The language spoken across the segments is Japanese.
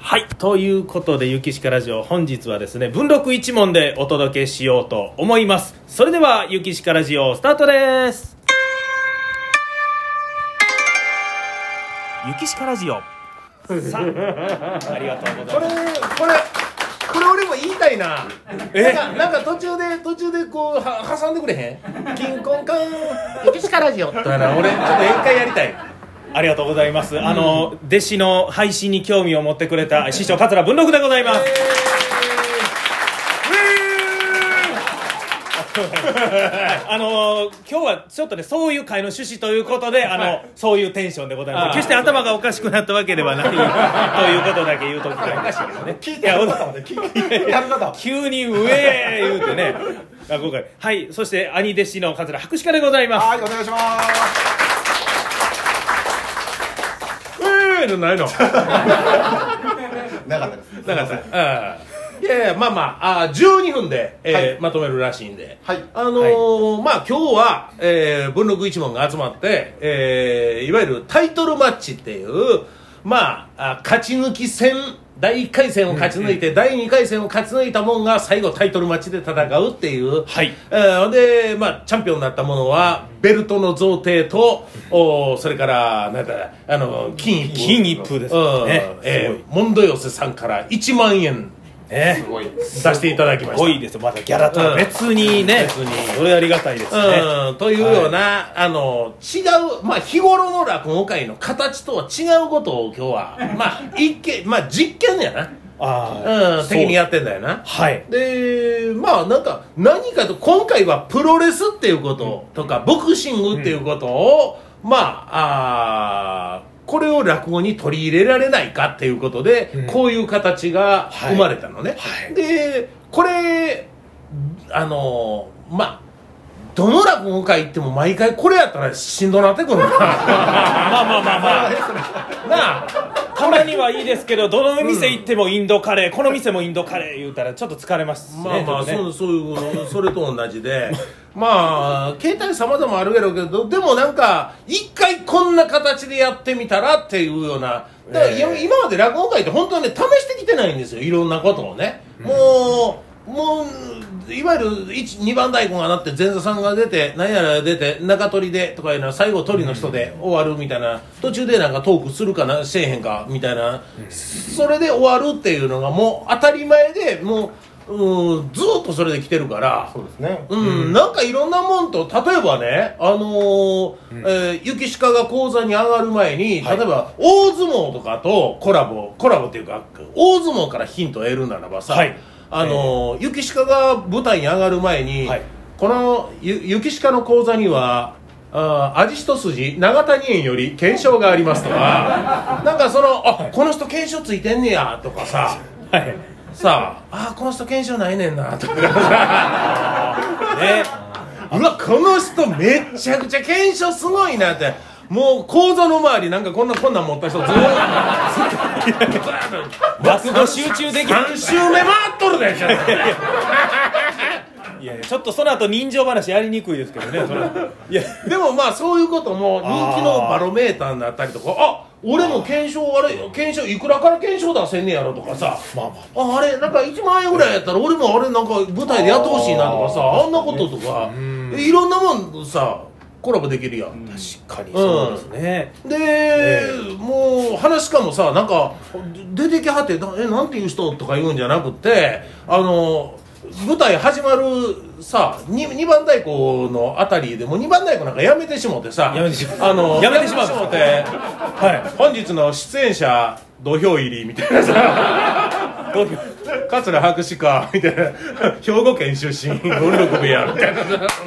はい、ということでゆきしかラジオ、本日はですね文録一問でお届けしようと思います。それではゆきしかラジオスタートです。ゆきしかラジオさあ、ありがとうございます。 これ俺も言いたいな。なんか途中でこう挟んでくれへん？キンコンカンゆきしかラジオとかな、俺ちょっと一回やりたい。 ありがとうございます。弟子の配信に興味を持ってくれた師匠桂文禄でございます。今日はちょっとねそういう会の趣旨ということでそういうテンションでございます。決して頭がおかしくなったわけではないということだけ言うときたいんですけどね。聞いてやる方急に上言うてね今回はい。そして兄弟子の桂博士でございます。 はい、お願いします。 ないのなかったです。 なかった。いやいや、まあ12分で、 はい、 まとめるらしいんで、 はい、 まあ今日は、文禄一門が集まって、いわゆるタイトルマッチっていうまあ勝ち抜き戦、第1回戦を勝ち抜いて、第2回戦を勝ち抜いたもんが最後タイトルマッチで戦うっていう、 はい、 で、まあ、チャンピオンになったものはベルトの贈呈とそれからなんだ金一封ですね。 モンドヨセさんから1万円すごい出していただきました。 すごいですよ。またギャラとは別にね、それありがたいですね。 というような、違う、まあ日頃の落語界の形とは違うことを今日は実験やな。的にやってんだよな。 はい。 で、まあ何かと今回はプロレスっていうこととか、ボクシングっていうことを、これを落語に取り入れられないかっていうことで、こういう形が生まれたのね。 はい、 でこれどの落語会行っても毎回これやったらしんどなってくるな。まあなあ、 たまにはいいですけど、どの店行ってもインドカレー、この店もインドカレー言うたらちょっと疲れますしね。 そういうそれと同じで形態様々あるやろうけど、でもなんか一回こんな形でやってみたらっていうような、だから今まで落語会って本当にね試してきてないんですよ、いろんなことをね。もういわゆる2番太鼓が鳴って前座さんが出て何やら出て中取りでとかいうのは最後取りの人で終わるみたいな、途中でなんかトークするかなせえへんかみたいな、それで終わるっていうのがもう当たり前で、もうずっとそれで来てるから。 そうですね。 なんかいろんなもんと、例えばねゆきしかが講座に上がる前に、例えば大相撲とかとコラボっていうか大相撲からヒントを得るならばさ、ゆきしかが舞台に上がる前に、このゆきしかの講座には味一筋長谷園より検証がありますとかなんかこの人検証ついてんねやとかさ、この人検証ないねんなとかうわこの人めっちゃくちゃ検証すごいなって、もう講座の周りなんかこんなん持った人ずーっと落語集中できる 3周目回っとるでしょ。 いやちょっとその後人情話やりにくいですけどね。いやでもそういうことも人気のバロメーターになったりとか、俺も検証いくらから検証出せんねやろとかさ、あれなんか1万円ぐらいやったら俺もあれなんか舞台でやってほしいなとかさ、あんなこととかいろんなもんさコラボできるやん。 確かにそうですね。 で、もう話かもさ、なんか出てきはってなんていう人とか言うんじゃなくて、舞台始まるさ 2番太鼓のあたりでもう2番太鼓なんかやめてしもてさ、 やめてしもて本日の出演者土俵入りみたいなさ桂博士かみたいな、兵庫県出身文禄部屋みたいな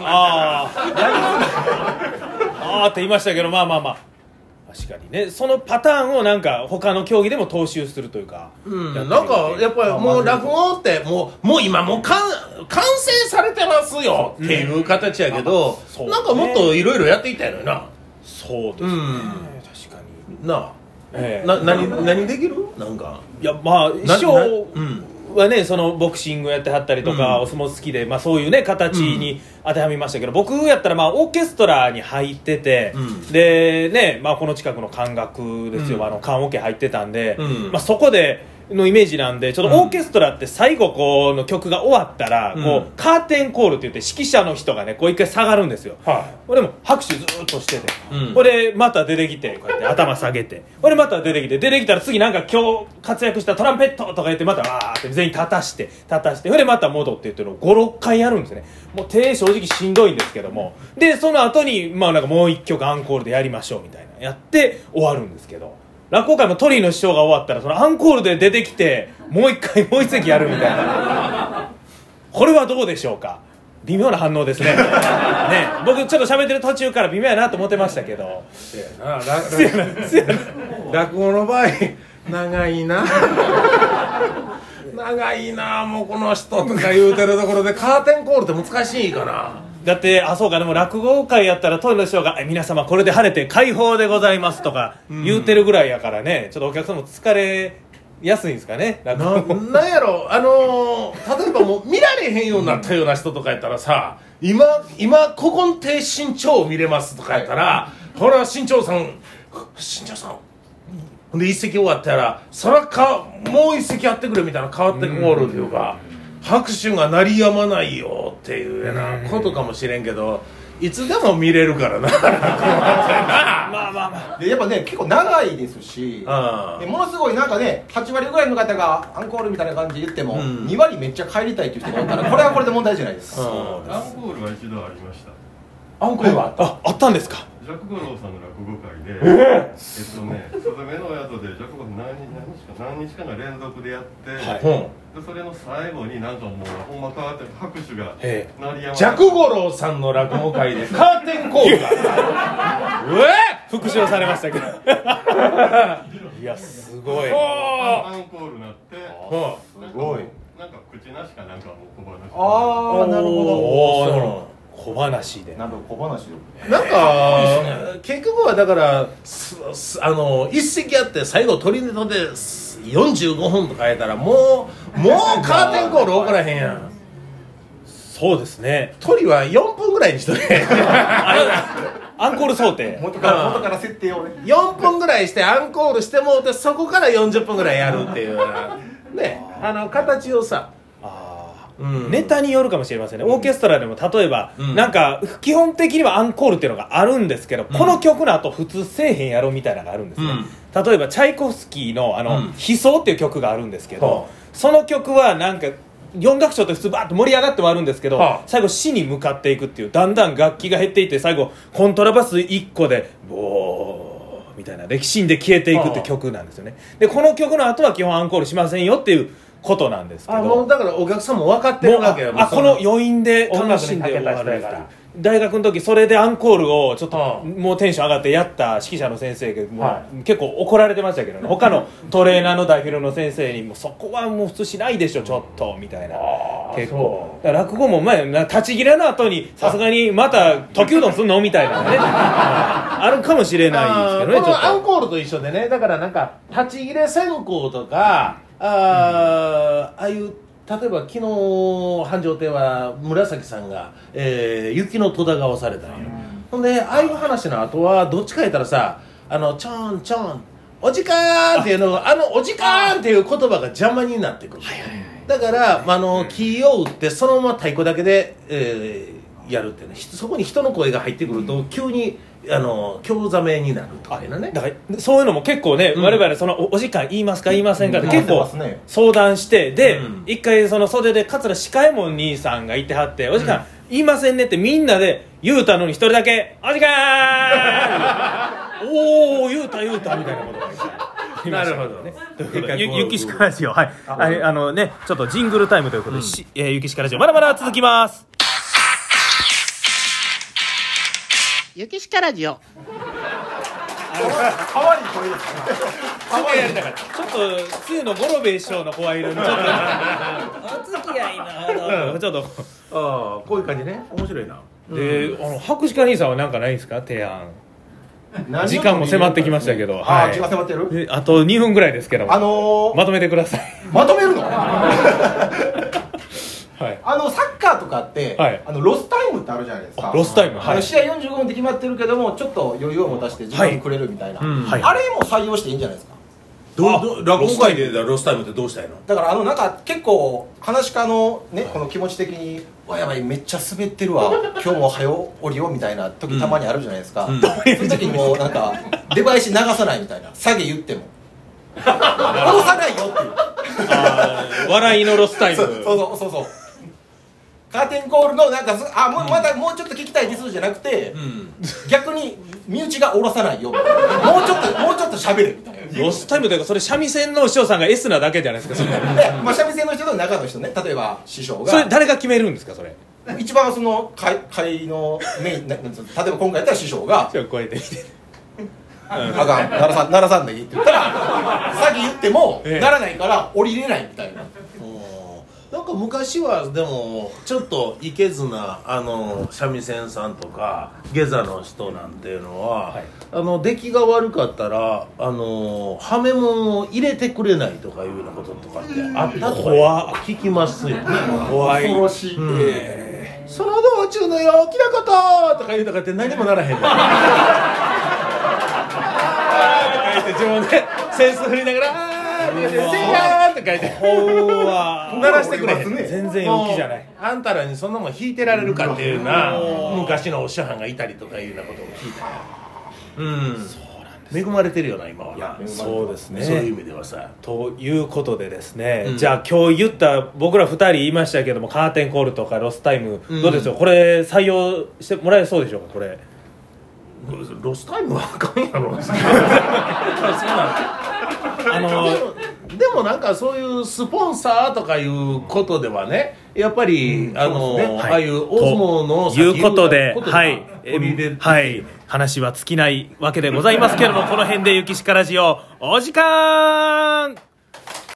って言いましたけど、確かにね、そのパターンをなんか他の競技でも踏襲するというか、 なんかやっぱりもう落語ってもう今もう完成されてますよっていう形やけど、なんかもっといろいろやっていきたいのよな。 そうですね、確かに何できる？なんかいや師匠はね、そのボクシングやってはったりとか、お相撲好きで、そういうね形に当てはめましたけど、僕やったらオーケストラに入ってて、でね、この近くの管楽ですよ、棺桶入ってたんで、そこでのイメージなんで、ちょっとオーケストラって最後この曲が終わったら、こうカーテンコールって言って指揮者の人がねこう一回下がるんですよ。俺も拍手ずーっとしてて、これまた出てきてこうやって頭下げて、これまた出てきたら次なんか今日活躍したトランペットとか言ってまたわーって全員立たしてそれでまた戻ってっていうのを 5,6 回やるんですね。もう手正直しんどいんですけども、でその後にまあなんかもう一曲アンコールでやりましょうみたいなやって終わるんですけど、落語会も鳥居の師匠が終わったらそのアンコールで出てきてもう一回もう一席やるみたいなこれはどうでしょうか。微妙な反応ですねね、僕ちょっと喋ってる途中から微妙やなと思ってましたけど、 落語の場合長いなもうこの人とか言うてるところでカーテンコールって難しいかな。 だってそうか、でも落語会やったら鳥の師匠が皆様これで晴れて快方でございますとか言うてるぐらいやからね、ちょっとお客さんも疲れやすいんですかね。なんやろ、例えばもう見られへんようになったような人とかやったらさ、今古今亭新潮を見れますとかやったら、ほら新潮さんほんで一席終わったらそらもう一席やってくれみたいな変わってコールというか、拍手が鳴りやまないよっていうようなことかもしれんけど、いつでも見れるからなでやっぱね結構長いですし、でものすごいなんかね8割ぐらいの方がアンコールみたいな感じで言っても、2割めっちゃ帰りたいっていう人がいたらこれはこれで問題じゃないですか。 アンコールは一度ありました。 アンコールはあったんですか。 ジャック・五郎さんの落語会で、スズメの宿でジャック・五郎何日かが連続でやって、でそれの最後になんかもうほんま変わって拍手が鳴りやまない。 ジャック・五郎さんの落語会でカーテンコールが復唱されましたけどいやすごいアンコールなって、 すごいなんか口なしかなんかもう小話。 なるほど。 小話でなんか小話でなんか、結局はだから一席あって最後取りネタで45分とかやったらもうカーテンコール起こらへんやん。 そうですね。 鳥は4分ぐらいにしとけアンコール想定元から設定をね 4分ぐらいしてアンコールしてもうて、そこから40分ぐらいやるっていうようなね、形をさ、 ネタによるかもしれませんね。オーケストラでも例えば、なんか基本的にはアンコールっていうのがあるんですけど、この曲の後普通せえへんやろみたいなのがあるんですね。例えばチャイコフスキーの悲愴っていう曲があるんですけど、その曲はなんか4楽章って普通バーッと盛り上がってはあるんですけど、最後死に向かっていくっていう、だんだん楽器が減っていって最後コントラバス1個でボーみたいな歴史で消えていくって曲なんですよね。でこの曲の後は基本アンコールしませんよっていうことなんですけど、 もうだからお客さんも分かってるわけよ。 この余韻で楽しんで終わる。大学の時それでアンコールをちょっともうテンション上がってやった指揮者の先生が結構怒られてましたけどね、他のトレーナーの大フィルの先生にもそこはもう普通しないでしょちょっとみたいな。結構だから落語も前立ち切れの後にさすがにまた時うどんすんのみたいなねあるかもしれないですけどね。 このアンコールと一緒でね、だからなんか立ち切れ選考とかああいう例えば昨日繁盛亭は紫さんが、雪の戸田がをされたんよ。ほんでああいう話の後はどっちか言ったらさ、ちょんちょんお時間っていうのお時間っていう言葉が邪魔になってくる。だからキーを打ってそのまま太鼓だけで、やるってね、そこに人の声が入ってくると急に興ざめになるとかね。 だからそういうのも結構ね、我々そのお時間言いますか言いませんかって結構相談して、で一回その袖で桂司会門兄さんがいてはって、お時間言いませんねってみんなで言うたのに一人だけお時間おお言うたみたいなことがなるほどね。 ゆきしかラジオ、はい、ねちょっとジングルタイムということで、ゆきしかラジオまだまだ続きます。 ゆきしかラジオ。 かわいい声ですね。 かわいいやりたかった。ちょっとつゆの五郎兵衛師匠の声色にちょっとお付き合いなちょっとこういう感じね。面白いな。 で博士課兄さんは何かないですか提案。時間も迫ってきましたけど、 時間迫ってる。 あと2分ぐらいですけど、まとめてください。 まとめるのはい、 サッカーとかって、はい、ロスタイムってあるじゃないですか。 ロスタイム、はい、 試合45分で決まってるけどもちょっと余裕を持たせて時間にくれるみたいな、あれも採用していいんじゃないですか。 落語界でロスタイムってどうしたいの？ だからなんか結構話し家のねこの気持ち的にわやばいめっちゃ滑ってるわ今日も早降りよみたいな時たまにあるじゃないですか、そういう時にもうなんか出囃子流さないみたいな下げ言っても下ろさないよっていう笑いのロスタイムそうカーテンコールのなんかまたもうちょっと聞きたいですじゃなくて、逆に身内が下ろさないよみたいなもうちょっと喋るみたいなロスタイムというかそれ三味線の師匠さんが S なだけじゃないですかそれまあ三味線の人と中の人ね、例えば師匠がそれ誰が決めるんですか？それ一番その会のメイン例えば今回やったら師匠がちょっとこうやって見てあかん鳴らさんでいいって言ったら先言ってもならないから降りれないみたいな。 なんか昔はでもちょっといけずな三味線さんとか下座の人なんていうのは、出来が悪かったらはめ物を入れてくれないとかいうようなこととかってあったとか聞きますよね。 怖い恐ろしい、 その道中の陽気なこととか言うとかって何もならへんの自分でセンス振りながらせやーって書いて鳴らしてくれへん、 全然陽気じゃない。 あんたらにそんなもん弾いてられるかっていうな昔のお師匠がいたりとかいうようなことを聞いたよ。恵まれてるよな今はな。 いやそうですね、 そういう意味ではさ。 ということでですね、じゃあ今日言った僕ら2人言いましたけどもカーテンコールとかロスタイム、どうでしょう、これ採用してもらえそうでしょうか？これロスタイムはあかんやろでもなんかそういうスポンサーとかいうことではねやっぱり、ああいう大相撲のということではい話は尽きないわけでございますけれどもこの辺でゆきしかラジオお時間。